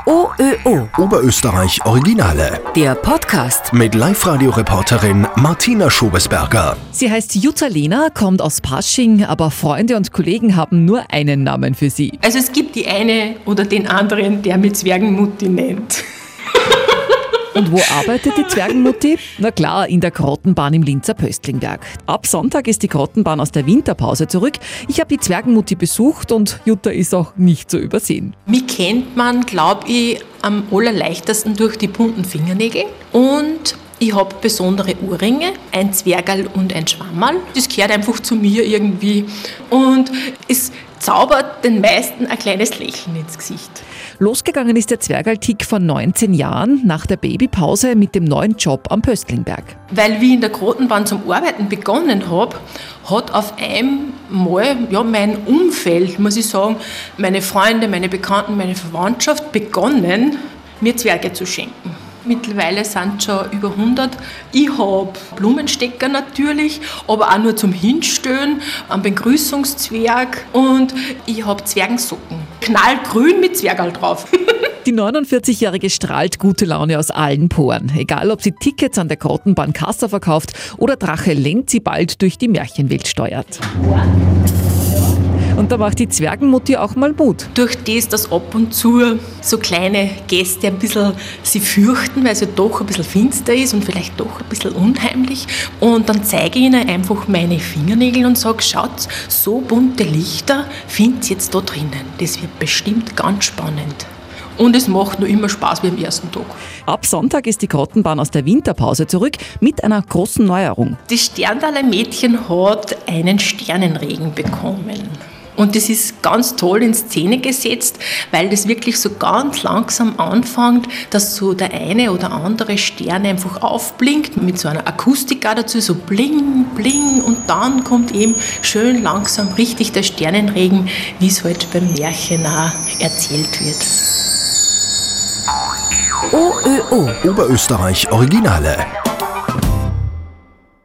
OÖO Oberösterreich Originale. Der Podcast. Mit Live-Radio-Reporterin Martina Schobesberger. Sie heißt Jutta Lehner, kommt aus Pasching, aber Freunde und Kollegen haben nur einen Namen für sie. Also es gibt die eine oder den anderen, der mit Zwergenmutti nennt. Und wo arbeitet die Zwergenmutti? Na klar, in der Grottenbahn im Linzer Pöstlingberg. Ab Sonntag ist die Grottenbahn aus der Winterpause zurück. Ich habe die Zwergenmutti besucht und Jutta ist auch nicht zu übersehen. Mich kennt man, glaube ich, am allerleichtesten durch die bunten Fingernägel. Und ich habe besondere Ohrringe, ein Zwergerl und ein Schwammerl. Das gehört einfach zu mir irgendwie. Und es zaubert den meisten ein kleines Lächeln ins Gesicht. Losgegangen ist der Zwergerl-Tick vor 19 Jahren nach der Babypause mit dem neuen Job am Pöstlingberg. Weil ich in der Grottenbahn zum Arbeiten begonnen habe, hat auf einmal mein Umfeld, muss ich sagen, meine Freunde, meine Bekannten, meine Verwandtschaft begonnen, mir Zwerge zu schenken. Mittlerweile sind schon über 100. Ich habe Blumenstecker natürlich, aber auch nur zum Hinstellen, einen Begrüßungszwerg und ich habe Zwergensocken. Knallgrün mit Zwergerl drauf. Die 49-Jährige strahlt gute Laune aus allen Poren. Egal, ob sie Tickets an der Grottenbahn Kassa verkauft oder Drache Lenzi bald durch die Märchenwelt steuert. Und da macht die Zwergenmutti auch mal Mut. Durch das, dass ab und zu so kleine Gäste ein bisschen sie fürchten, weil es ja doch ein bisschen finster ist und vielleicht doch ein bisschen unheimlich. Und dann zeige ich ihnen einfach meine Fingernägel und sage, schaut, so bunte Lichter findet ihr jetzt da drinnen. Das wird bestimmt ganz spannend. Und es macht nur immer Spaß wie am ersten Tag. Ab Sonntag ist die Grottenbahn aus der Winterpause zurück mit einer großen Neuerung. Das Sterntaler Mädchen hat einen Sternenregen bekommen. Und das ist ganz toll in Szene gesetzt, weil das wirklich so ganz langsam anfängt, dass so der eine oder andere Stern einfach aufblinkt, mit so einer Akustik auch dazu, so bling, bling, und dann kommt eben schön langsam richtig der Sternenregen, wie es halt beim Märchen auch erzählt wird. OÖO Oberösterreich Originale.